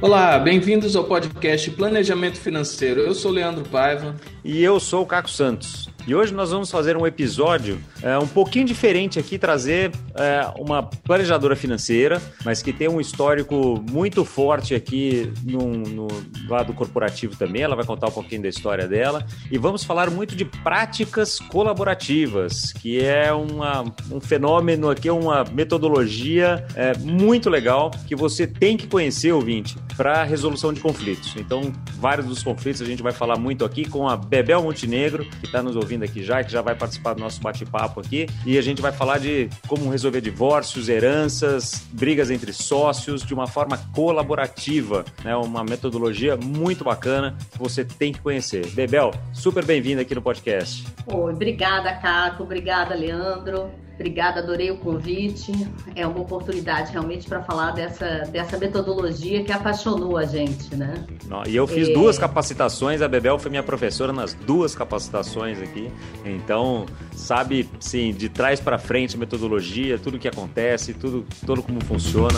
Olá, bem-vindos ao podcast Planejamento Financeiro. Eu sou o Leandro Paiva. E eu sou o Caco Santos. E hoje nós vamos fazer um episódio um pouquinho diferente aqui, trazer uma planejadora financeira, mas que tem um histórico muito forte aqui no lado corporativo também. Ela vai contar um pouquinho da história dela. E vamos falar muito de práticas colaborativas, que é um fenômeno aqui, uma metodologia muito legal que você tem que conhecer, ouvinte, para resolução de conflitos. Então, vários dos conflitos a gente vai falar muito aqui com a Bebel Montenegro, que está nos ouvindo aqui já, que já vai participar do nosso bate-papo aqui, e a gente vai falar de como resolver divórcios, heranças, brigas entre sócios de uma forma colaborativa, né? Uma metodologia muito bacana que você tem que conhecer. Bebel, super bem-vinda aqui no podcast. Obrigada, Caco, obrigada, Leandro. Obrigada, adorei o convite. É uma oportunidade realmente para falar dessa metodologia que apaixonou a gente, né? E eu fiz 2 capacitações, a Bebel foi minha professora nas 2 capacitações aqui. Então, sabe, sim, de trás para frente, metodologia, tudo que acontece, tudo como funciona.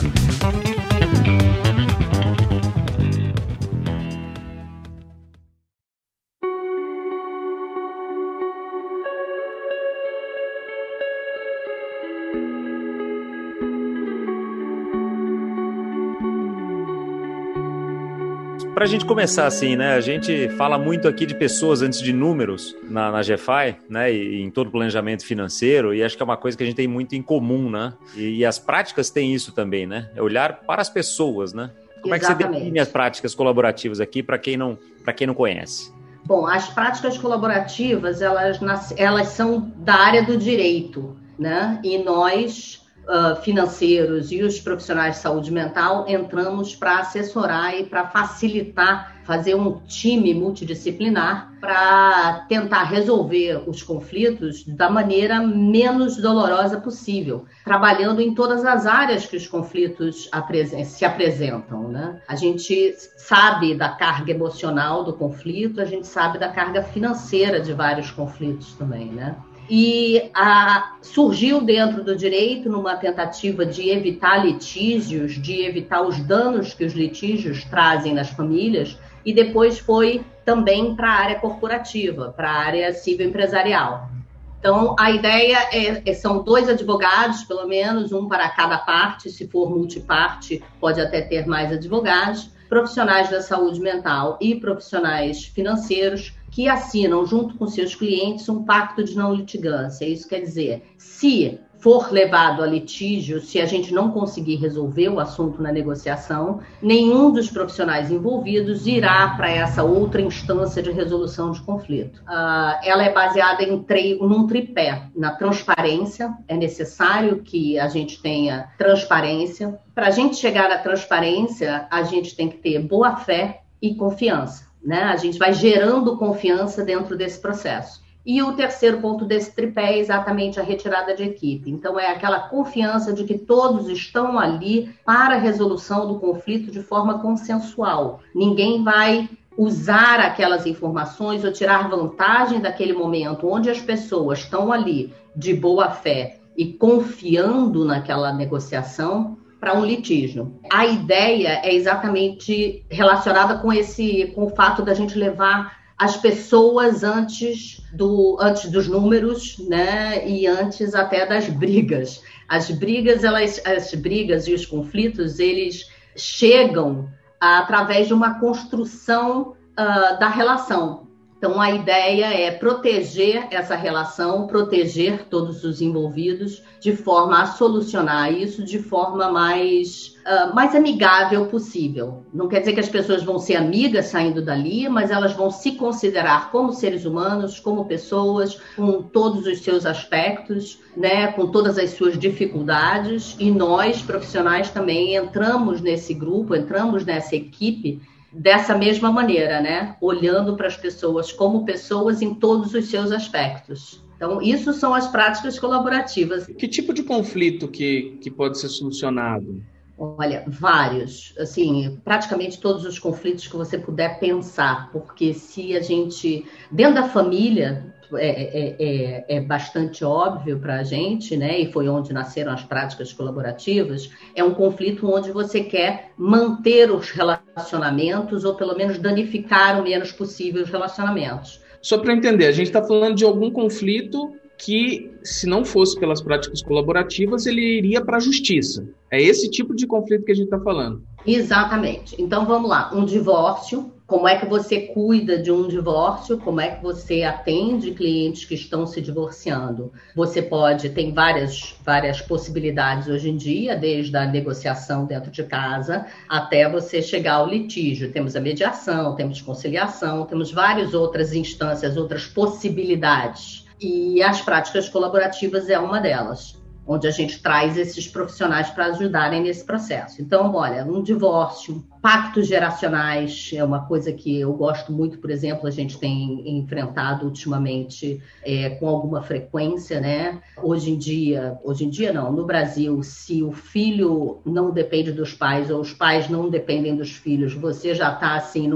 Para a gente começar assim, né? A gente fala muito aqui de pessoas antes de números na GFI, né? E em todo o planejamento financeiro, e acho que é uma coisa que a gente tem muito em comum, né? E as práticas têm isso também, né? É olhar para as pessoas, né? Como Exatamente. É que você define as práticas colaborativas aqui para quem não conhece? Bom, as práticas colaborativas, elas são da área do direito, né? E nós, financeiros e os profissionais de saúde mental, entramos para assessorar e para facilitar, fazer um time multidisciplinar para tentar resolver os conflitos da maneira menos dolorosa possível, trabalhando em todas as áreas que os conflitos se apresentam, né? A gente sabe da carga emocional do conflito, a gente sabe da carga financeira de vários conflitos também, né? E surgiu dentro do direito numa tentativa de evitar litígios, de evitar os danos que os litígios trazem nas famílias, e depois foi também para a área corporativa, para a área civil empresarial. Então, a ideia são 2 advogados, pelo menos, um para cada parte. Se for multiparte, pode até ter mais advogados, profissionais da saúde mental e profissionais financeiros, que assinam junto com seus clientes um pacto de não litigância. Isso quer dizer, se for levado a litígio, se a gente não conseguir resolver o assunto na negociação, nenhum dos profissionais envolvidos irá para essa outra instância de resolução de conflito. Ela é baseada num tripé. Na transparência, é necessário que a gente tenha transparência. Para a gente chegar à transparência, a gente tem que ter boa fé e confiança, né? A gente vai gerando confiança dentro desse processo. E o terceiro ponto desse tripé é exatamente a retirada de equipe. Então, é aquela confiança de que todos estão ali para a resolução do conflito de forma consensual. Ninguém vai usar aquelas informações ou tirar vantagem daquele momento onde as pessoas estão ali de boa fé e confiando naquela negociação para um litígio. A ideia é exatamente relacionada com o fato da gente levar as pessoas antes dos números, né? E antes até das brigas. As brigas e os conflitos, eles chegam através de uma construção da relação. Então, a ideia é proteger essa relação, proteger todos os envolvidos, de forma a solucionar isso de forma mais amigável possível. Não quer dizer que as pessoas vão ser amigas saindo dali, mas elas vão se considerar como seres humanos, como pessoas, com todos os seus aspectos, né, com todas as suas dificuldades. E nós, profissionais, também entramos nesse grupo, entramos nessa equipe, dessa mesma maneira, né? Olhando para as pessoas como pessoas em todos os seus aspectos. Então, isso são as práticas colaborativas. Que tipo de conflito que pode ser solucionado? Olha, vários, assim, praticamente todos os conflitos que você puder pensar, porque se a gente, dentro da família, é bastante óbvio para a gente, né? E foi onde nasceram as práticas colaborativas, é um conflito onde você quer manter os relacionamentos ou pelo menos danificar o menos possível os relacionamentos. Só para entender, a gente está falando de algum conflito que, se não fosse pelas práticas colaborativas, ele iria para a justiça. É esse tipo de conflito que a gente está falando. Exatamente. Então, vamos lá. Um divórcio. Como é que você cuida de um divórcio? Como é que você atende clientes que estão se divorciando? Tem várias possibilidades hoje em dia, desde a negociação dentro de casa até você chegar ao litígio. Temos a mediação, temos conciliação, temos várias outras instâncias, outras possibilidades. E as práticas colaborativas é uma delas, onde a gente traz esses profissionais para ajudarem nesse processo. Então, olha, um divórcio, pactos geracionais é uma coisa que eu gosto muito, por exemplo, a gente tem enfrentado ultimamente com alguma frequência, né? Hoje em dia não, no Brasil, se o filho não depende dos pais ou os pais não dependem dos filhos, você já está assim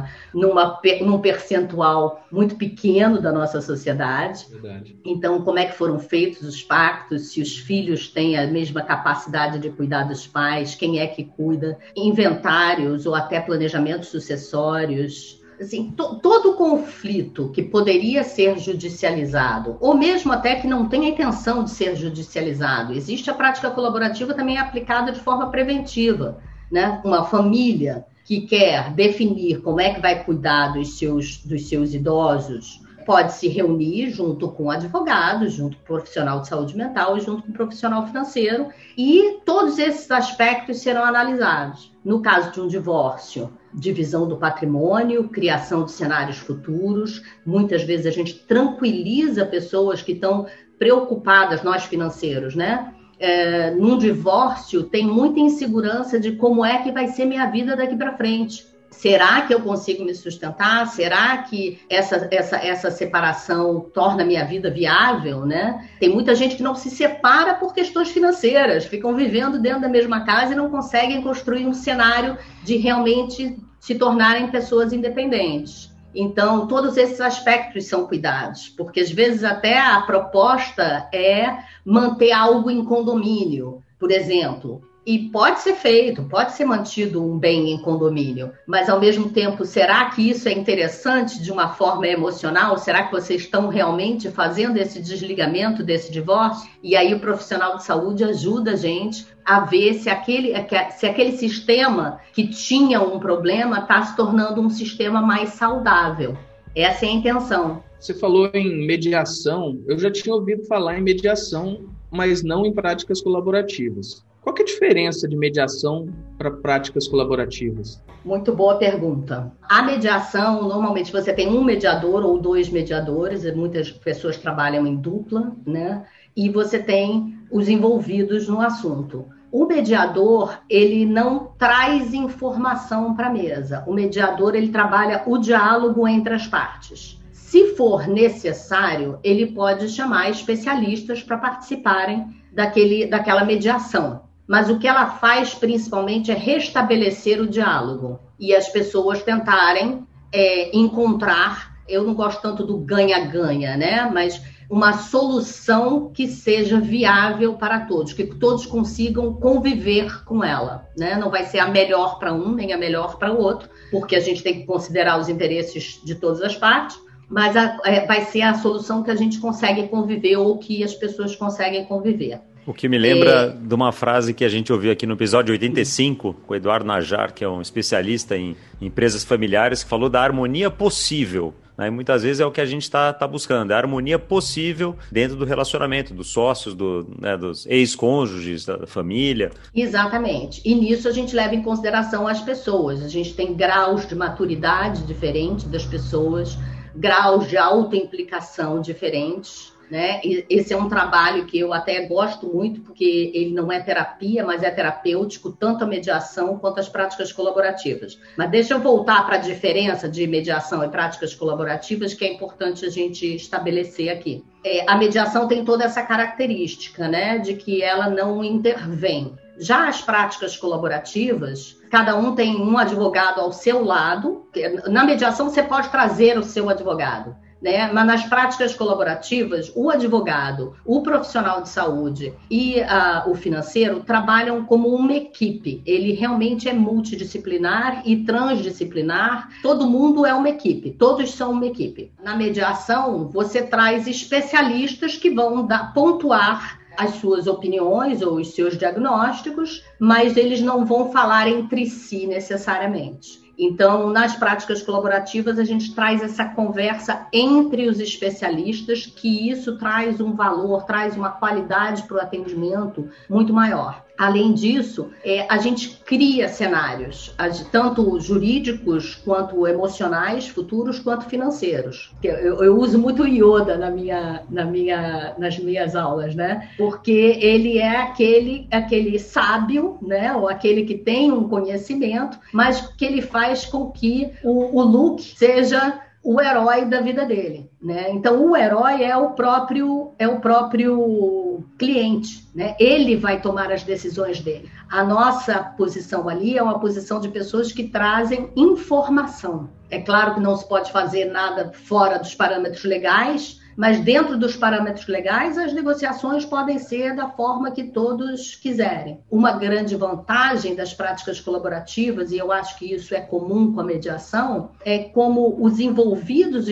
num percentual muito pequeno da nossa sociedade. Verdade. Então, como é que foram feitos os pactos, se os filhos têm a mesma capacidade de cuidar dos pais, quem é que cuida, inventários ou até planejamentos sucessórios, assim, todo conflito que poderia ser judicializado, ou mesmo até que não tenha intenção de ser judicializado. Existe a prática colaborativa também aplicada de forma preventiva, né? Uma família que quer definir como é que vai cuidar dos seus idosos, pode se reunir junto com advogados, junto com o profissional de saúde mental e junto com o profissional financeiro, e todos esses aspectos serão analisados. No caso de um divórcio, divisão do patrimônio, criação de cenários futuros. Muitas vezes a gente tranquiliza pessoas que estão preocupadas, nós financeiros, né? Num divórcio tem muita insegurança de como é que vai ser minha vida daqui para frente. Será que eu consigo me sustentar? Será que essa separação torna a minha vida viável, né? Tem muita gente que não se separa por questões financeiras, ficam vivendo dentro da mesma casa e não conseguem construir um cenário de realmente se tornarem pessoas independentes. Então, todos esses aspectos são cuidados, porque às vezes até a proposta é manter algo em condomínio, por exemplo. E pode ser feito, pode ser mantido um bem em condomínio, mas ao mesmo tempo, será que isso é interessante de uma forma emocional? Será que vocês estão realmente fazendo esse desligamento desse divórcio? E aí o profissional de saúde ajuda a gente a ver se aquele sistema que tinha um problema está se tornando um sistema mais saudável. Essa é a intenção. Você falou em mediação, eu já tinha ouvido falar em mediação, mas não em práticas colaborativas. Qual que é a diferença de mediação para práticas colaborativas? Muito boa pergunta. A mediação, normalmente você tem um mediador ou dois mediadores, muitas pessoas trabalham em dupla, né? E você tem os envolvidos no assunto. O mediador, ele não traz informação para a mesa. O mediador, ele trabalha o diálogo entre as partes. Se for necessário, ele pode chamar especialistas para participarem daquela mediação. Mas o que ela faz, principalmente, é restabelecer o diálogo. E as pessoas tentarem encontrar, eu não gosto tanto do ganha-ganha, né? Mas uma solução que seja viável para todos, que todos consigam conviver com ela, né? Não vai ser a melhor para um, nem a melhor para o outro, porque a gente tem que considerar os interesses de todas as partes, mas vai ser a solução que a gente consegue conviver ou que as pessoas conseguem conviver. O que me lembra de uma frase que a gente ouviu aqui no episódio 85, com o Eduardo Najar, que é um especialista em empresas familiares, que falou da harmonia possível. Né? E muitas vezes é o que a gente está buscando, a harmonia possível dentro do relacionamento, dos sócios, dos ex-cônjuges, da família. Exatamente. E nisso a gente leva em consideração as pessoas. A gente tem graus de maturidade diferentes das pessoas, graus de autoimplicação diferentes. Né? Esse é um trabalho que eu até gosto muito, porque ele não é terapia, mas é terapêutico, tanto a mediação quanto as práticas colaborativas. Mas deixa eu voltar para a diferença de mediação e práticas colaborativas, que é importante a gente estabelecer aqui. A mediação tem toda essa característica, né, de que ela não intervém. Já as práticas colaborativas, cada um tem um advogado ao seu lado. Na mediação você pode trazer o seu advogado. né? Mas nas práticas colaborativas, o advogado, o profissional de saúde e o financeiro trabalham como uma equipe. Ele realmente é multidisciplinar e transdisciplinar. Todo mundo é uma equipe, todos são uma equipe. Na mediação, você traz especialistas que vão pontuar as suas opiniões ou os seus diagnósticos, mas eles não vão falar entre si necessariamente. Então, nas práticas colaborativas, a gente traz essa conversa entre os especialistas, que isso traz um valor, traz uma qualidade para o atendimento muito maior. Além disso, a gente cria cenários, tanto jurídicos, quanto emocionais, futuros, quanto financeiros. Eu uso muito o Yoda nas minhas aulas, né? Porque ele é aquele sábio, né? Ou aquele que tem um conhecimento, mas que ele faz com que o Luke seja o herói da vida dele, né? Então, o herói é o próprio cliente, né? Ele vai tomar as decisões dele. A nossa posição ali é uma posição de pessoas que trazem informação. É claro que não se pode fazer nada fora dos parâmetros legais, mas dentro dos parâmetros legais, as negociações podem ser da forma que todos quiserem. Uma grande vantagem das práticas colaborativas, e eu acho que isso é comum com a mediação, é como os envolvidos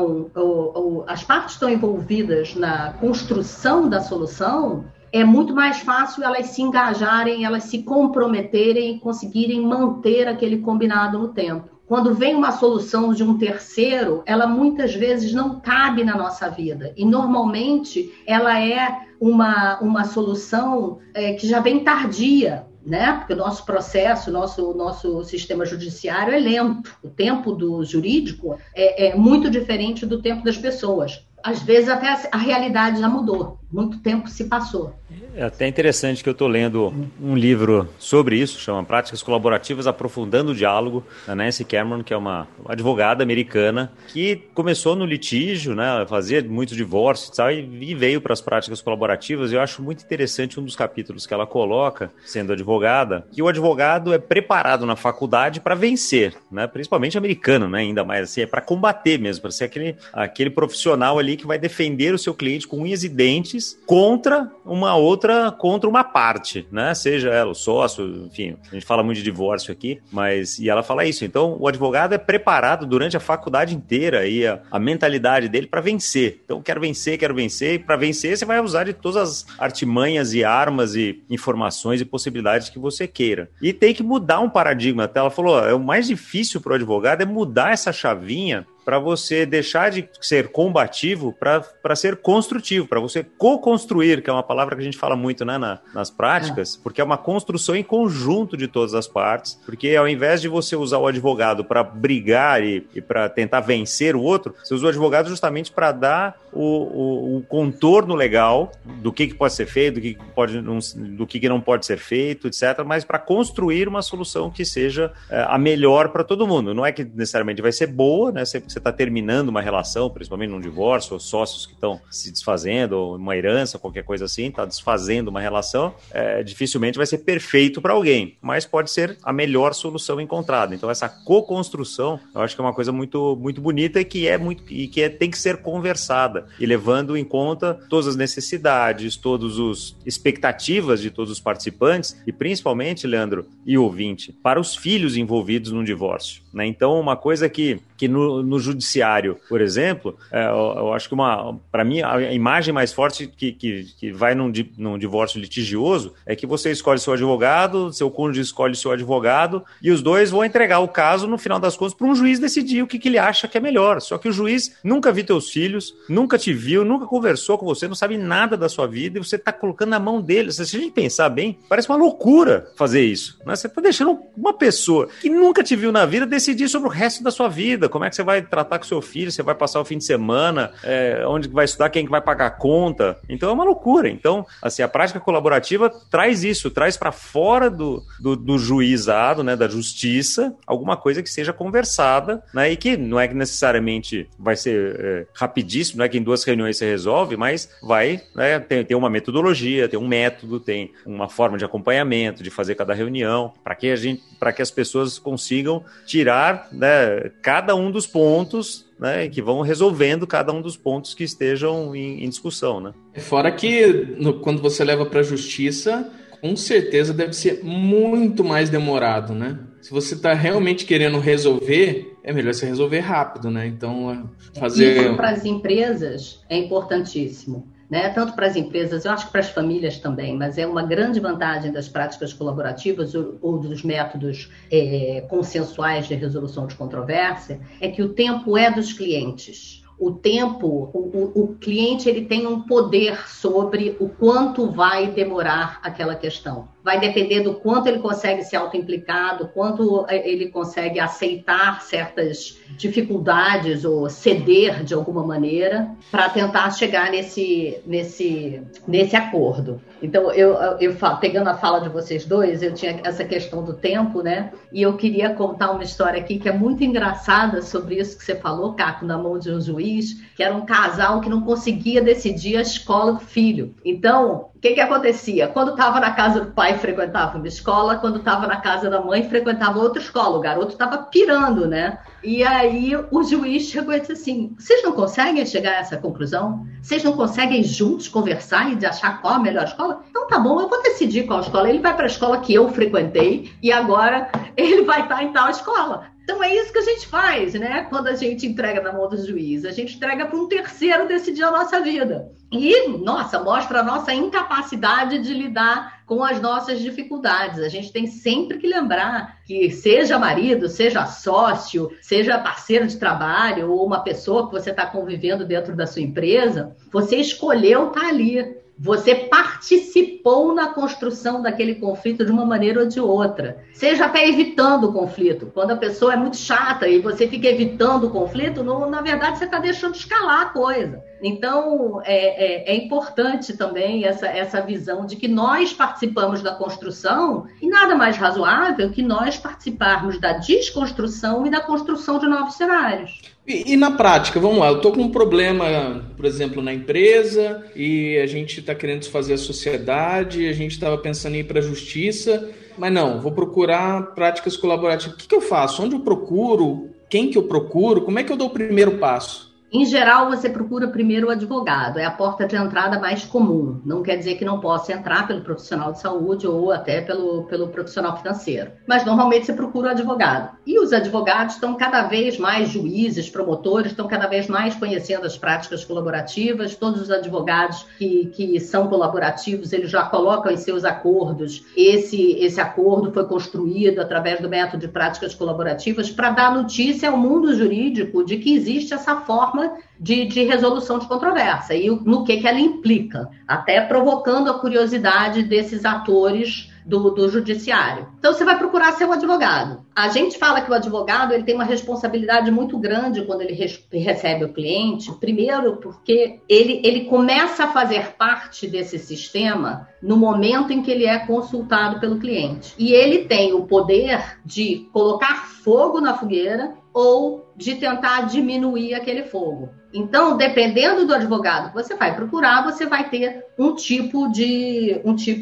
as partes estão envolvidas na construção da solução. É muito mais fácil elas se engajarem, elas se comprometerem e conseguirem manter aquele combinado no tempo. Quando vem uma solução de um terceiro, ela muitas vezes não cabe na nossa vida. E, normalmente, ela é uma solução que já vem tardia, né? Porque o nosso processo, o nosso sistema judiciário é lento. O tempo do jurídico é muito diferente do tempo das pessoas. Às vezes, até a realidade já mudou. Muito tempo se passou. É até interessante que eu estou lendo um livro sobre isso, chama Práticas Colaborativas Aprofundando o Diálogo, da Nancy Cameron, que é uma advogada americana, que começou no litígio, né, fazia muito divórcio e tal, e veio para as práticas colaborativas. Eu acho muito interessante um dos capítulos que ela coloca, sendo advogada, que o advogado é preparado na faculdade para vencer, né, principalmente americano, né, ainda mais assim, é para combater mesmo, para ser aquele profissional ali que vai defender o seu cliente com unhas e dentes contra uma parte, né? Seja ela o sócio, enfim, a gente fala muito de divórcio aqui, e ela fala isso. Então, o advogado é preparado durante a faculdade inteira e a mentalidade dele para vencer. Então, quero vencer, e para vencer você vai usar de todas as artimanhas e armas e informações e possibilidades que você queira. E tem que mudar um paradigma. Até ela falou, o mais difícil para o advogado é mudar essa chavinha para você deixar de ser combativo para ser construtivo, para você co-construir, que é uma palavra que a gente fala muito, né, nas práticas, porque é uma construção em conjunto de todas as partes, porque ao invés de você usar o advogado para brigar e para tentar vencer o outro, você usa o advogado justamente para dar o contorno legal do que pode ser feito, do que não pode ser feito, etc., mas para construir uma solução que seja a melhor para todo mundo. Não é que necessariamente vai ser boa, né? Você está terminando uma relação, principalmente num divórcio, ou sócios que estão se desfazendo, ou uma herança, qualquer coisa assim, está desfazendo uma relação, dificilmente vai ser perfeito para alguém, mas pode ser a melhor solução encontrada. Então, essa co-construção, eu acho que é uma coisa muito, muito bonita e que tem que ser conversada, e levando em conta todas as necessidades, todas as expectativas de todos os participantes, e principalmente, Leandro e ouvinte, para os filhos envolvidos num divórcio, né? Então, uma coisa que no judiciário, por exemplo, eu acho que para mim, a imagem mais forte que vai num divórcio litigioso é que você escolhe seu advogado, seu cônjuge escolhe seu advogado, e os dois vão entregar o caso, no final das contas, para um juiz decidir o que ele acha que é melhor. Só que o juiz nunca viu teus filhos, nunca te viu, nunca conversou com você, não sabe nada da sua vida, e você está colocando na mão dele. Se a gente pensar bem, parece uma loucura fazer isso, né? Você está deixando uma pessoa que nunca te viu na vida decidir sobre o resto da sua vida. Como é que você vai tratar com seu filho, você vai passar o fim de semana, onde vai estudar, quem que vai pagar a conta. Então é uma loucura. Então, assim, a prática colaborativa traz isso, traz para fora do juizado, né, da justiça, alguma coisa que seja conversada, né, e que não é que necessariamente vai ser rapidíssimo, não é que em 2 reuniões você resolve, mas vai, né, ter uma metodologia, tem um método, tem uma forma de acompanhamento, de fazer cada reunião, para que as pessoas consigam tirar, né, cada um dos pontos pontos, né, que vão resolvendo cada um dos pontos que estejam em discussão, né? Fora que quando você leva para a justiça, com certeza deve ser muito mais demorado, né? Se você está realmente querendo resolver, é melhor você resolver rápido, né? Então, fazer... Isso para as empresas é importantíssimo, né? Tanto para as empresas, eu acho que para as famílias também, mas é uma grande vantagem das práticas colaborativas ou dos métodos consensuais de resolução de controvérsia, é que o tempo é dos clientes. O tempo, o cliente ele tem um poder sobre o quanto vai demorar aquela questão. Vai depender do quanto ele consegue se auto-implicar, do quanto ele consegue aceitar certas dificuldades ou ceder de alguma maneira para tentar chegar nesse acordo. Então, eu pegando a fala de vocês dois, eu tinha essa questão do tempo, né? E eu queria contar uma história aqui que é muito engraçada sobre isso que você falou, Caco, na mão de um juiz, que era um casal que não conseguia decidir a escola do filho. Então, o que acontecia? Quando estava na casa do pai, frequentava uma escola, quando estava na casa da mãe, frequentava outra escola. O garoto estava pirando, né? E aí o juiz chegou e disse assim, vocês não conseguem chegar a essa conclusão? Vocês não conseguem juntos conversar e achar qual a melhor escola? Então tá bom, eu vou decidir qual escola. Ele vai para a escola que eu frequentei e agora ele vai estar em tal escola. Então é isso que a gente faz, né? Quando a gente entrega na mão do juiz, a gente entrega para um terceiro decidir a nossa vida. E, mostra a nossa incapacidade de lidar com as nossas dificuldades. A gente tem sempre que lembrar que seja marido, seja sócio, seja parceiro de trabalho ou uma pessoa que você está convivendo dentro da sua empresa, você escolheu estar ali. Você participou na construção daquele conflito de uma maneira ou de outra. Seja até evitando o conflito. Quando a pessoa é muito chata e você fica evitando o conflito, na verdade você está deixando escalar a coisa. Então, é importante também essa visão de que nós participamos da construção e nada mais razoável que nós participarmos da desconstrução e da construção de novos cenários. E na prática, vamos lá, eu estou com um problema, por exemplo, na empresa e a gente está querendo desfazer a sociedade, a gente estava pensando em ir para a justiça, mas não, vou procurar práticas colaborativas. O que eu faço? Onde eu procuro? Quem que eu procuro? Como é que eu dou o primeiro passo? Em geral, você procura primeiro o advogado, é a porta de entrada mais comum. Não quer dizer que não possa entrar pelo profissional de saúde ou até pelo profissional financeiro. Mas normalmente você procura o advogado. E os advogados estão cada vez mais, juízes, promotores, estão cada vez mais conhecendo as práticas colaborativas. Todos os advogados que são colaborativos, eles já colocam em seus acordos. Esse acordo foi construído através do método de práticas colaborativas para dar notícia ao mundo jurídico de que existe essa forma de resolução de controvérsia e no que ela implica, até provocando a curiosidade desses atores do judiciário. Então, você vai procurar ser um advogado. A gente fala que o advogado ele tem uma responsabilidade muito grande quando ele recebe o cliente, primeiro porque ele começa a fazer parte desse sistema no momento em que ele é consultado pelo cliente. E ele tem o poder de colocar fogo na fogueira ou de tentar diminuir aquele fogo. Então, dependendo do advogado que você vai procurar, você vai ter um tipo de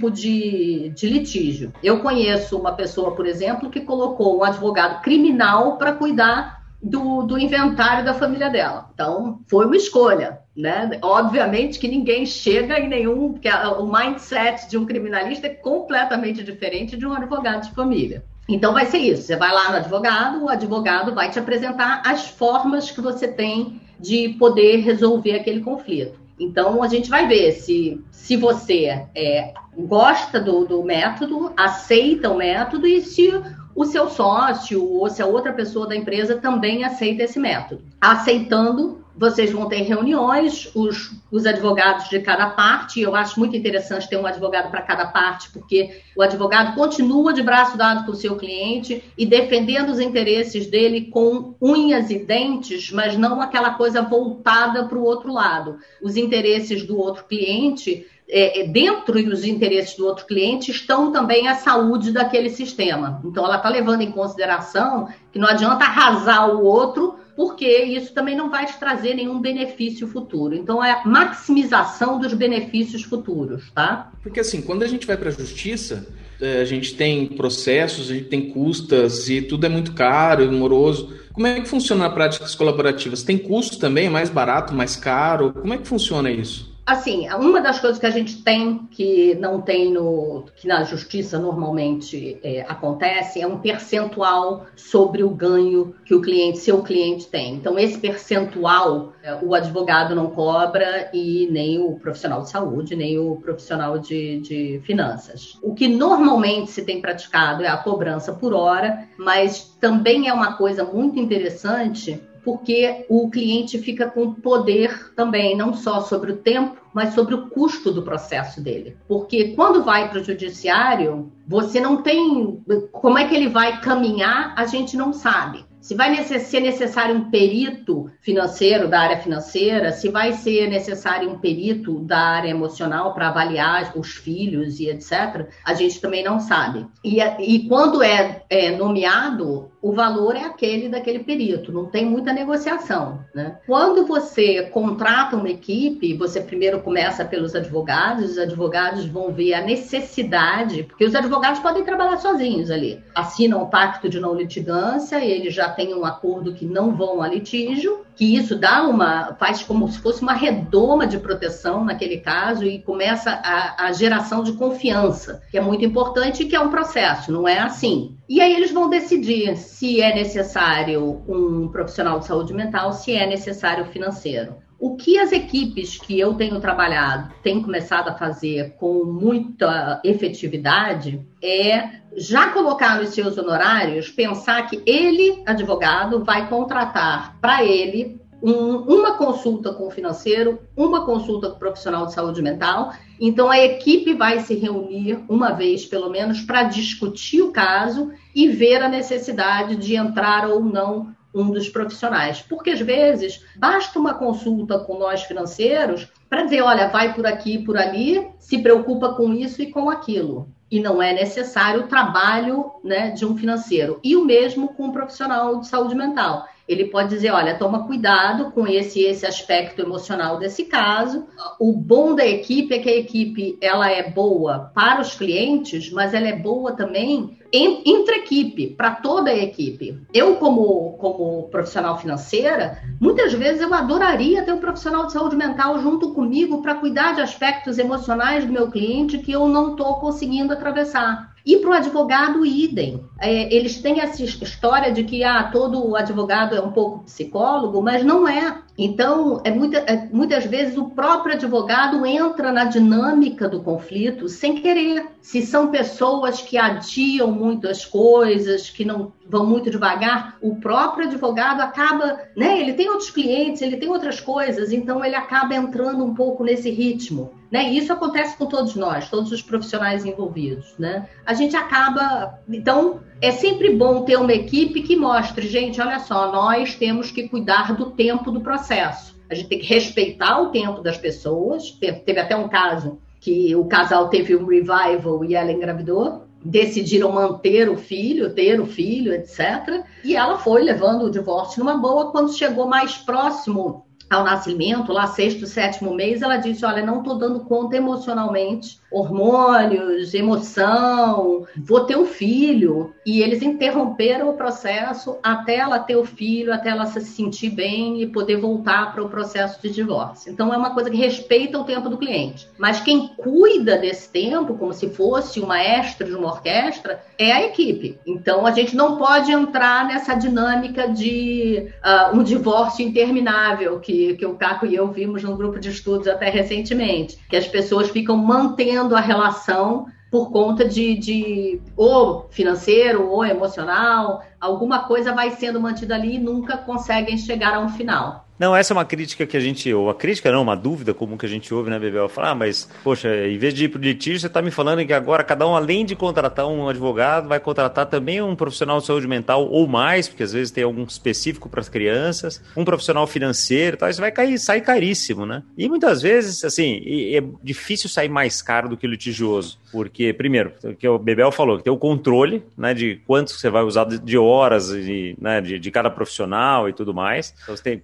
litígio. Eu conheço uma pessoa, por exemplo, que colocou um advogado criminal para cuidar do inventário da família dela. Então, foi uma escolha, né? Obviamente que ninguém chega em nenhum... Porque o mindset de um criminalista é completamente diferente de um advogado de família. Então, vai ser isso. Você vai lá no advogado, o advogado vai te apresentar as formas que você tem de poder resolver aquele conflito. Então, a gente vai ver se você gosta do método, aceita o método e se o seu sócio ou se a outra pessoa da empresa também aceita esse método. Aceitando, vocês vão ter reuniões, os advogados de cada parte. Eu acho muito interessante ter um advogado para cada parte, porque o advogado continua de braço dado com o seu cliente e defendendo os interesses dele com unhas e dentes, mas não aquela coisa voltada para o outro lado. Os interesses do outro cliente, dentro dos interesses do outro cliente, estão também a saúde daquele sistema. Então, ela está levando em consideração que não adianta arrasar o outro, porque isso também não vai te trazer nenhum benefício futuro. Então, é a maximização dos benefícios futuros, tá? Porque, assim, quando a gente vai para a justiça, a gente tem processos, a gente tem custas e tudo é muito caro e moroso. Como é que funciona na práticas colaborativas? Tem custo também? É mais barato, mais caro? Como é que funciona isso? Assim, uma das coisas que a gente tem que não tem que na justiça normalmente acontece é um percentual sobre o ganho que seu cliente tem. Então, esse percentual o advogado não cobra e nem o profissional de saúde, nem o profissional de finanças. O que normalmente se tem praticado é a cobrança por hora, mas também é uma coisa muito interessante porque o cliente fica com poder também, não só sobre o tempo, mas sobre o custo do processo dele. Porque quando vai para o judiciário, você não tem... Como é que ele vai caminhar, a gente não sabe. Se vai ser necessário um perito financeiro da área financeira, se vai ser necessário um perito da área emocional para avaliar os filhos e etc., a gente também não sabe. E quando é nomeado, o valor é aquele daquele perito, não tem muita negociação, né? Quando você contrata uma equipe, você primeiro começa pelos advogados, os advogados vão ver a necessidade, porque os advogados podem trabalhar sozinhos ali, assinam um pacto de não litigância, eles já têm um acordo que não vão a litígio, que isso faz como se fosse uma redoma de proteção naquele caso e começa a geração de confiança, que é muito importante e que é um processo, não é assim. E aí eles vão decidir se é necessário um profissional de saúde mental, se é necessário financeiro. O que as equipes que eu tenho trabalhado têm começado a fazer com muita efetividade é já colocar nos seus honorários, pensar que ele, advogado, vai contratar para ele uma consulta com o financeiro, uma consulta com o profissional de saúde mental. Então, a equipe vai se reunir uma vez, pelo menos, para discutir o caso e ver a necessidade de entrar ou não um dos profissionais. Porque, às vezes, basta uma consulta com nós financeiros para dizer, olha, vai por aqui e por ali, se preocupa com isso e com aquilo. E não é necessário o trabalho, né, de um financeiro. E o mesmo com um profissional de saúde mental. Ele pode dizer, olha, toma cuidado com esse aspecto emocional desse caso. O bom da equipe é que a equipe ela é boa para os clientes, mas ela é boa também entre equipe, para toda a equipe. Eu, como profissional financeira, muitas vezes eu adoraria ter um profissional de saúde mental junto comigo para cuidar de aspectos emocionais do meu cliente que eu não estou conseguindo atravessar. E para o advogado, idem. Eles têm essa história de que todo advogado é um pouco psicólogo, mas não é. Então, muitas vezes o próprio advogado entra na dinâmica do conflito sem querer. Se são pessoas que adiam muito as coisas, que não vão muito devagar, o próprio advogado acaba, né? Ele tem outros clientes, ele tem outras coisas, então ele acaba entrando um pouco nesse ritmo. Né? E isso acontece com todos nós, todos os profissionais envolvidos, né? A gente acaba... Então, é sempre bom ter uma equipe que mostre, gente, olha só, nós temos que cuidar do tempo do processo. A gente tem que respeitar o tempo das pessoas. Teve até um caso que o casal teve um revival e ela engravidou. Decidiram manter o filho, ter o filho, etc. E ela foi levando o divórcio numa boa. Quando chegou mais próximo ao nascimento, lá 6º, 7º mês, ela disse, olha, não estou dando conta emocionalmente, hormônios, emoção, vou ter um filho. E eles interromperam o processo até ela ter o filho, até ela se sentir bem e poder voltar para o processo de divórcio. Então, é uma coisa que respeita o tempo do cliente. Mas quem cuida desse tempo, como se fosse o maestro de uma orquestra, é a equipe. Então, a gente não pode entrar nessa dinâmica de um divórcio interminável, que o Caco e eu vimos num grupo de estudos até recentemente, que as pessoas ficam mantendo a relação por conta de ou financeiro ou emocional, alguma coisa vai sendo mantida ali e nunca conseguem chegar a um final. Não, essa é uma crítica que a gente... Ou a crítica não, uma dúvida comum que a gente ouve, né, Bebel? Falar, mas, poxa, em vez de ir para o litígio, você está me falando que agora cada um, além de contratar um advogado, vai contratar também um profissional de saúde mental ou mais, porque às vezes tem algum específico para as crianças, um profissional financeiro, tal, isso vai sair caríssimo, né? E muitas vezes, assim, é difícil sair mais caro do que o litigioso, porque, primeiro, o que o Bebel falou, que tem o controle, né, de quanto você vai usar de horas, né, de cada profissional e tudo mais, então você tem que estar muito mais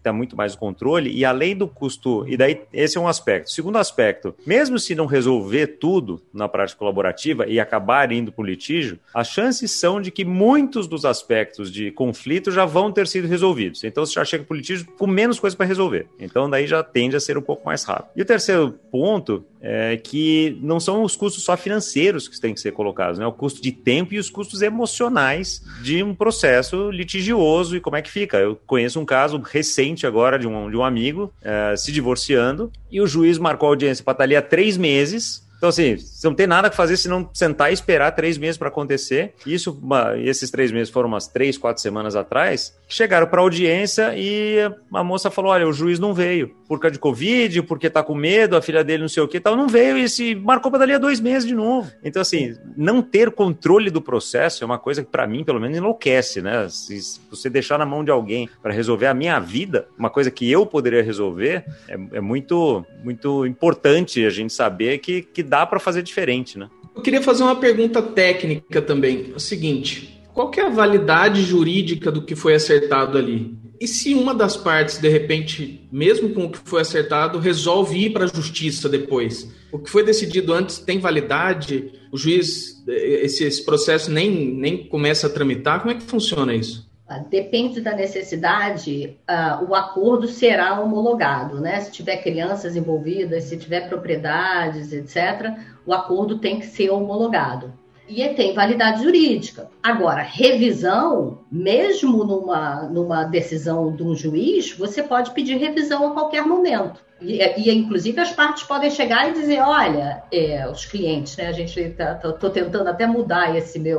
mais o controle, e além do custo, e daí esse é um aspecto. Segundo aspecto, mesmo se não resolver tudo na prática colaborativa e acabar indo para o litígio, as chances são de que muitos dos aspectos de conflito já vão ter sido resolvidos. Então você já chega para o litígio com menos coisa para resolver. Então daí já tende a ser um pouco mais rápido. E o terceiro ponto é que não são os custos só financeiros que têm que ser colocados, né? O custo de tempo e os custos emocionais de um processo litigioso e como é que fica. Eu conheço um caso recente agora de um amigo se divorciando e o juiz marcou a audiência para estar ali há 3 meses. Então, assim, você não tem nada que fazer senão sentar e esperar 3 meses para acontecer. Esses 3 meses foram umas 3, 4 semanas atrás. Chegaram para a audiência e a moça falou, olha, o juiz não veio por causa de Covid, porque tá com medo, a filha dele não sei o que tal, não veio e se marcou para dali a 2 meses de novo. Então, assim, não ter controle do processo é uma coisa que, para mim, pelo menos, enlouquece, né? Se você deixar na mão de alguém para resolver a minha vida, uma coisa que eu poderia resolver, é muito, muito importante a gente saber que dá para fazer diferente, né? Eu queria fazer uma pergunta técnica também. É o seguinte, qual que é a validade jurídica do que foi acertado ali? E se uma das partes, de repente, mesmo com o que foi acertado, resolve ir para a justiça depois? O que foi decidido antes tem validade? O juiz, esse processo nem começa a tramitar? Como é que funciona isso? Depende da necessidade, o acordo será homologado, né? Se tiver crianças envolvidas, se tiver propriedades, etc., o acordo tem que ser homologado. E tem validade jurídica. Agora, revisão, mesmo numa decisão de um juiz, você pode pedir revisão a qualquer momento. E inclusive, as partes podem chegar e dizer, olha, os clientes, né? Estou tentando até mudar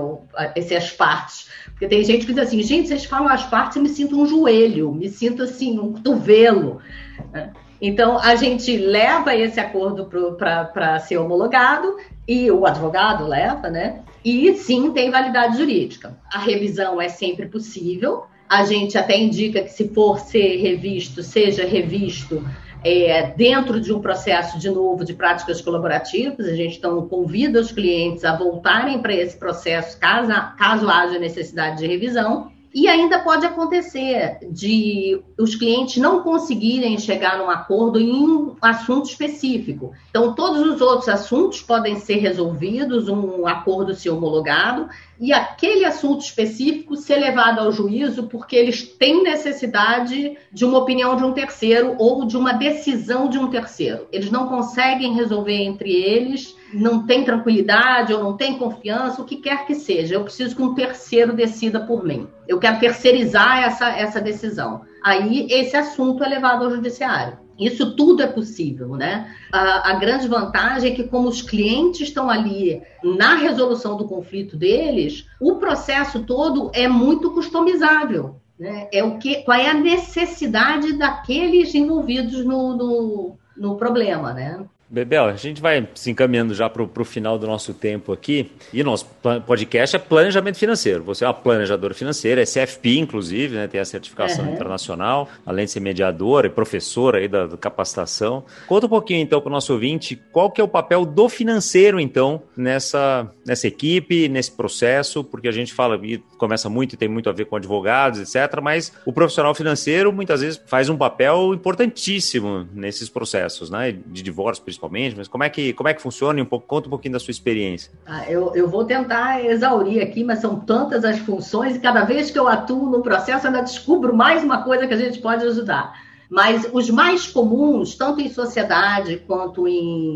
as partes. Porque tem gente que diz assim, gente, vocês falam as partes, eu me sinto um joelho, me sinto assim, um cotovelo. Então, a gente leva esse acordo para ser homologado, e o advogado leva, né? E sim, tem validade jurídica. A revisão é sempre possível. A gente até indica que, se for ser revisto, seja revisto dentro de um processo, de novo, de práticas colaborativas. A gente então convida os clientes a voltarem para esse processo, caso haja necessidade de revisão. E ainda pode acontecer de os clientes não conseguirem chegar num acordo em um assunto específico. Então, todos os outros assuntos podem ser resolvidos, um acordo ser homologado, e aquele assunto específico ser levado ao juízo porque eles têm necessidade de uma opinião de um terceiro ou de uma decisão de um terceiro. Eles não conseguem resolver entre eles, não tem tranquilidade ou não tem confiança, o que quer que seja. Eu preciso que um terceiro decida por mim. Eu quero terceirizar essa decisão. Aí esse assunto é levado ao judiciário. Isso tudo é possível, né? A grande vantagem é que, como os clientes estão ali na resolução do conflito deles, o processo todo é muito customizável, né? Qual é a necessidade daqueles envolvidos no problema, né? Bebel, a gente vai se encaminhando já para o final do nosso tempo aqui. E nosso podcast é planejamento financeiro. Você é uma planejadora financeira, é CFP, inclusive, né? Tem a certificação internacional, além de ser mediadora e professora aí da capacitação. Conta um pouquinho, então, para o nosso ouvinte, qual que é o papel do financeiro, então, nessa equipe, nesse processo, porque a gente fala e começa muito e tem muito a ver com advogados, etc., mas o profissional financeiro, muitas vezes, faz um papel importantíssimo nesses processos, né? De divórcio, principalmente, mas como é que funciona? Conta um pouquinho da sua experiência. Eu vou tentar exaurir aqui, mas são tantas as funções e cada vez que eu atuo no processo, eu ainda descubro mais uma coisa que a gente pode ajudar. Mas os mais comuns, tanto em sociedade quanto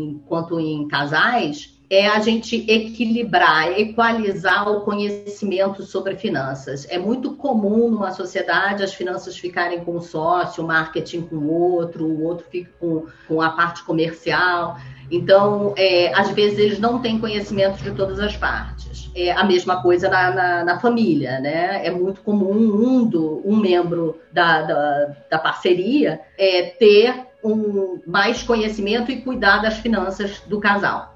em casais, é a gente equilibrar, equalizar o conhecimento sobre finanças. É muito comum numa sociedade as finanças ficarem com um sócio, o marketing com o outro fica com a parte comercial. Então, às vezes, eles não têm conhecimento de todas as partes. É a mesma coisa na família, né? É muito comum um membro da parceria ter mais conhecimento e cuidar das finanças do casal.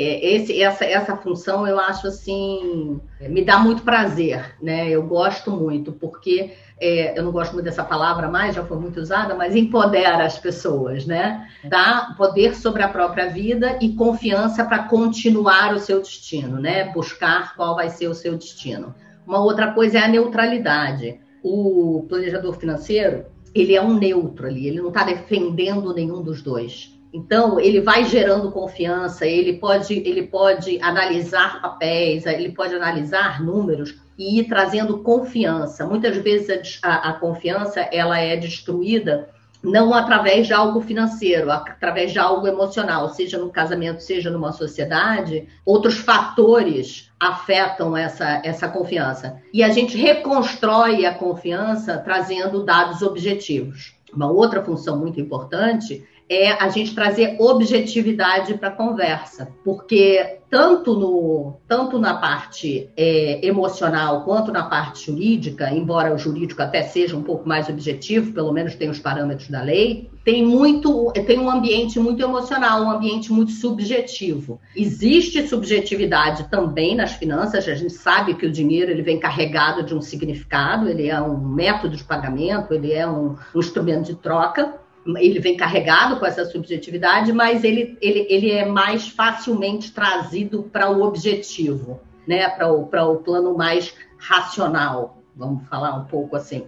Essa função eu acho assim, me dá muito prazer, né? Eu gosto muito, porque eu não gosto muito dessa palavra mais, já foi muito usada, mas empodera as pessoas, né? Dá poder sobre a própria vida e confiança para continuar o seu destino, né? Buscar qual vai ser o seu destino. Uma outra coisa é a neutralidade. O planejador financeiro, ele é um neutro ali, ele não está defendendo nenhum dos dois. Então, ele vai gerando confiança, ele pode analisar papéis, ele pode analisar números e ir trazendo confiança. Muitas vezes a confiança ela é destruída não através de algo financeiro, através de algo emocional, seja no casamento, seja numa sociedade, outros fatores afetam essa confiança. E a gente reconstrói a confiança trazendo dados objetivos. Uma outra função muito importante é a gente trazer objetividade para a conversa, porque tanto na parte emocional quanto na parte jurídica, embora o jurídico até seja um pouco mais objetivo, pelo menos tem os parâmetros da lei, tem um ambiente muito emocional, um ambiente muito subjetivo. Existe subjetividade também nas finanças, a gente sabe que o dinheiro ele vem carregado de um significado, ele é um método de pagamento, ele é um instrumento de troca, ele vem carregado com essa subjetividade, mas ele é mais facilmente trazido para o objetivo, né? Para o plano mais racional, vamos falar um pouco assim.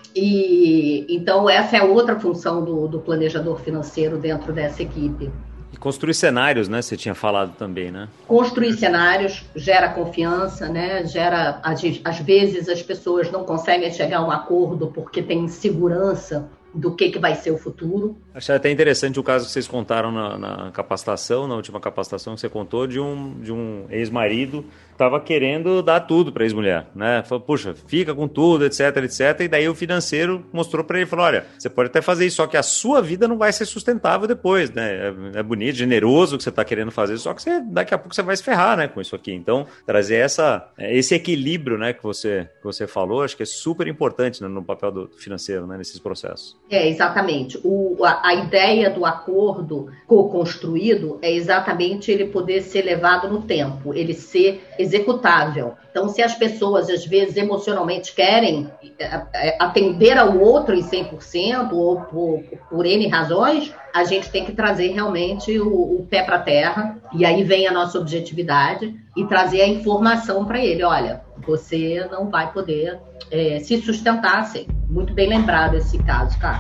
E então essa é outra função do planejador financeiro dentro dessa equipe. E construir cenários, né? Você tinha falado também, né? Construir cenários gera confiança, né? Às vezes as pessoas não conseguem chegar a um acordo porque têm insegurança do que vai ser o futuro. Achei até interessante o caso que vocês contaram na capacitação, na última capacitação que você contou, de um ex-marido que estava querendo dar tudo para a ex-mulher, né? Falou, puxa, fica com tudo, etc, etc. E daí o financeiro mostrou para ele, falou, olha, você pode até fazer isso, só que a sua vida não vai ser sustentável depois, né? É bonito, generoso o que você está querendo fazer, só que daqui a pouco você vai se ferrar, né, com isso aqui. Então, trazer esse equilíbrio, né, que você falou, acho que é super importante, né, no papel do financeiro, né, nesses processos. Exatamente. A ideia do acordo co-construído é exatamente ele poder ser levado no tempo, ele ser executável. Então, se as pessoas, às vezes, emocionalmente querem atender ao outro em 100% ou por N razões, a gente tem que trazer realmente o pé para a terra, e aí vem a nossa objetividade, e trazer a informação para ele. Olha, você não vai poder se sustentar assim. Muito bem lembrado esse caso, cara.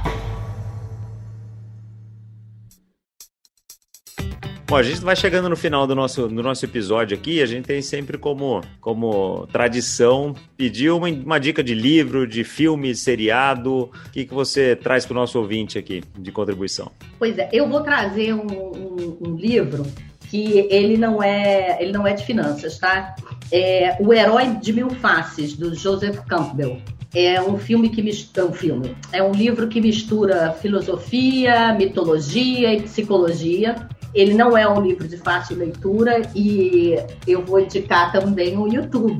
Bom, a gente vai chegando no final do nosso episódio aqui. A gente tem sempre como tradição pedir uma dica de livro, de filme, seriado. O que você traz para o nosso ouvinte aqui de contribuição? Pois é, eu vou trazer um livro que ele não é de finanças, tá? É O Herói de Mil Faces, do Joseph Campbell. É um livro que mistura filosofia, mitologia e psicologia. Ele não é um livro de fácil leitura e eu vou indicar também um YouTube,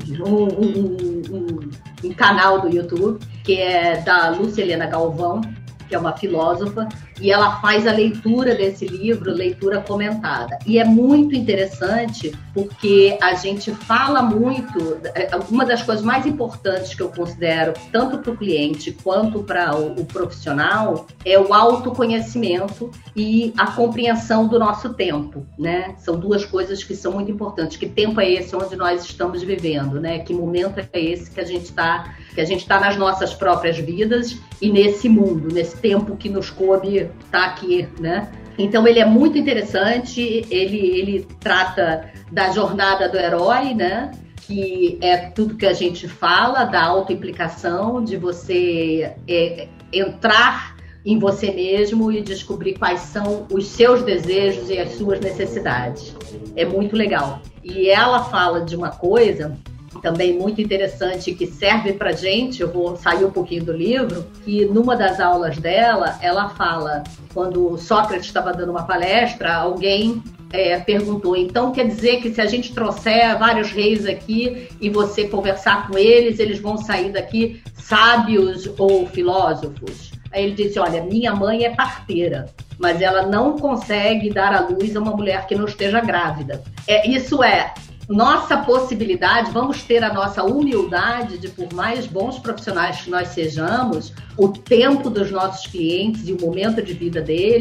um canal do YouTube, que é da Lúcia Helena Galvão, que é uma filósofa, e ela faz a leitura desse livro, leitura comentada. E é muito interessante porque a gente fala muito, uma das coisas mais importantes que eu considero, tanto para o cliente quanto para o profissional, é o autoconhecimento e a compreensão do nosso tempo, né? São duas coisas que são muito importantes. Que tempo é esse onde nós estamos vivendo, né? Que momento é esse que a gente está nas nossas próprias vidas e nesse mundo, nesse tempo que nos coube estar aqui, né? Então ele é muito interessante, ele trata da jornada do herói, né? Que é tudo que a gente fala, da autoimplicação, de você entrar em você mesmo e descobrir quais são os seus desejos e as suas necessidades. É muito legal. E ela fala de uma coisa também muito interessante que serve pra gente, eu vou sair um pouquinho do livro, que numa das aulas dela, ela fala, quando Sócrates estava dando uma palestra, alguém perguntou, então quer dizer que se a gente trouxer vários reis aqui e você conversar com eles vão sair daqui sábios ou filósofos? Aí ele disse, olha, minha mãe é parteira, mas ela não consegue dar à luz a uma mulher que não esteja grávida. Isso é nossa possibilidade, vamos ter a nossa humildade de, por mais bons profissionais que nós sejamos, o tempo dos nossos clientes e o momento de vida deles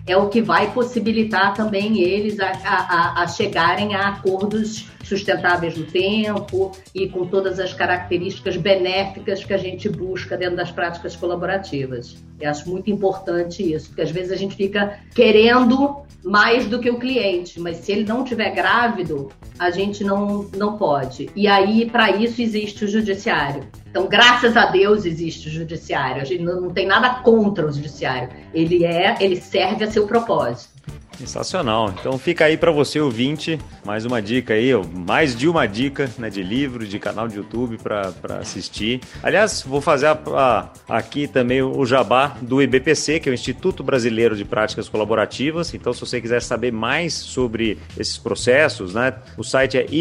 é o que vai possibilitar também eles a chegarem a acordos sustentáveis no tempo e com todas as características benéficas que a gente busca dentro das práticas colaborativas. Eu acho muito importante isso, porque às vezes a gente fica querendo mais do que o cliente, mas se ele não estiver grávido, a gente não pode. E aí, para isso, existe o judiciário. Então, graças a Deus, existe o judiciário. A gente não tem nada contra o judiciário. Ele serve a seu propósito. Sensacional. Então fica aí para você, ouvinte, mais uma dica aí, mais de uma dica, né, de livro, de canal de YouTube para assistir. Aliás, vou fazer aqui também o jabá do IBPC, que é o Instituto Brasileiro de Práticas Colaborativas. Então, se você quiser saber mais sobre esses processos, né, o site é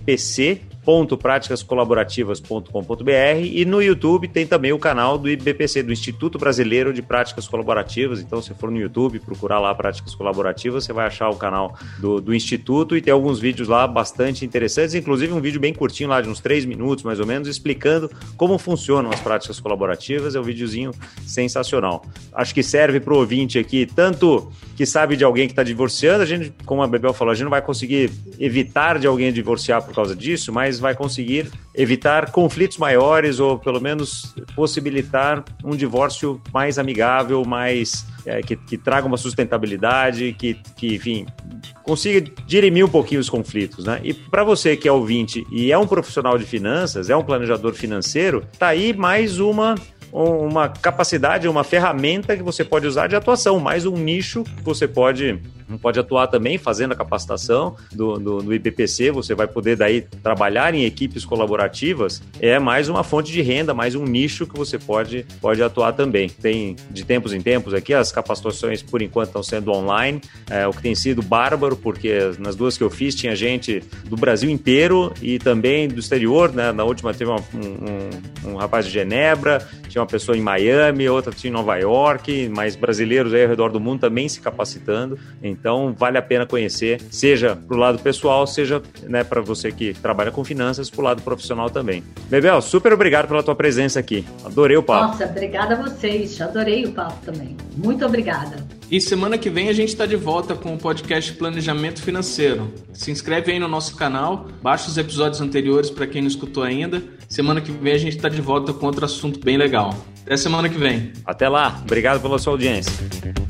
ibpc.praticascolaborativas.com.br e no YouTube tem também o canal do IBPC, do Instituto Brasileiro de Práticas Colaborativas. Então, se for no YouTube, procurar lá Práticas Colaborativas, você vai achar o canal do Instituto e tem alguns vídeos lá bastante interessantes, inclusive um vídeo bem curtinho lá de uns 3 minutos mais ou menos, explicando como funcionam as práticas colaborativas. É um videozinho sensacional. Acho que serve para o ouvinte aqui, tanto que sabe de alguém que está divorciando, a gente, como a Bebel falou, a gente não vai conseguir evitar de alguém divorciar por causa disso, mas vai conseguir evitar conflitos maiores ou pelo menos possibilitar um divórcio mais amigável, mais que traga uma sustentabilidade, que enfim, consiga dirimir um pouquinho os conflitos, né? E para você que é ouvinte e é um profissional de finanças, é um planejador financeiro, tá aí mais uma capacidade, uma ferramenta que você pode usar de atuação, mais um nicho que você pode atuar também fazendo a capacitação do IBPC. Você vai poder daí trabalhar em equipes colaborativas, é mais uma fonte de renda, mais um nicho que você pode atuar também. Tem de tempos em tempos aqui, as capacitações por enquanto estão sendo online, o que tem sido bárbaro, porque nas duas que eu fiz tinha gente do Brasil inteiro e também do exterior, né? Na última teve um rapaz de Genebra, tinha uma pessoa em Miami, outra tinha em Nova York, mas brasileiros aí ao redor do mundo também se capacitando. Então, vale a pena conhecer, seja para o lado pessoal, seja, né, para você que trabalha com finanças, para o lado profissional também. Bebel, super obrigado pela tua presença aqui. Adorei o papo. Nossa, obrigada a vocês. Adorei o papo também. Muito obrigada. E semana que vem a gente está de volta com o podcast Planejamento Financeiro. Se inscreve aí no nosso canal, baixa os episódios anteriores para quem não escutou ainda. Semana que vem a gente está de volta com outro assunto bem legal. Até semana que vem. Até lá. Obrigado pela sua audiência.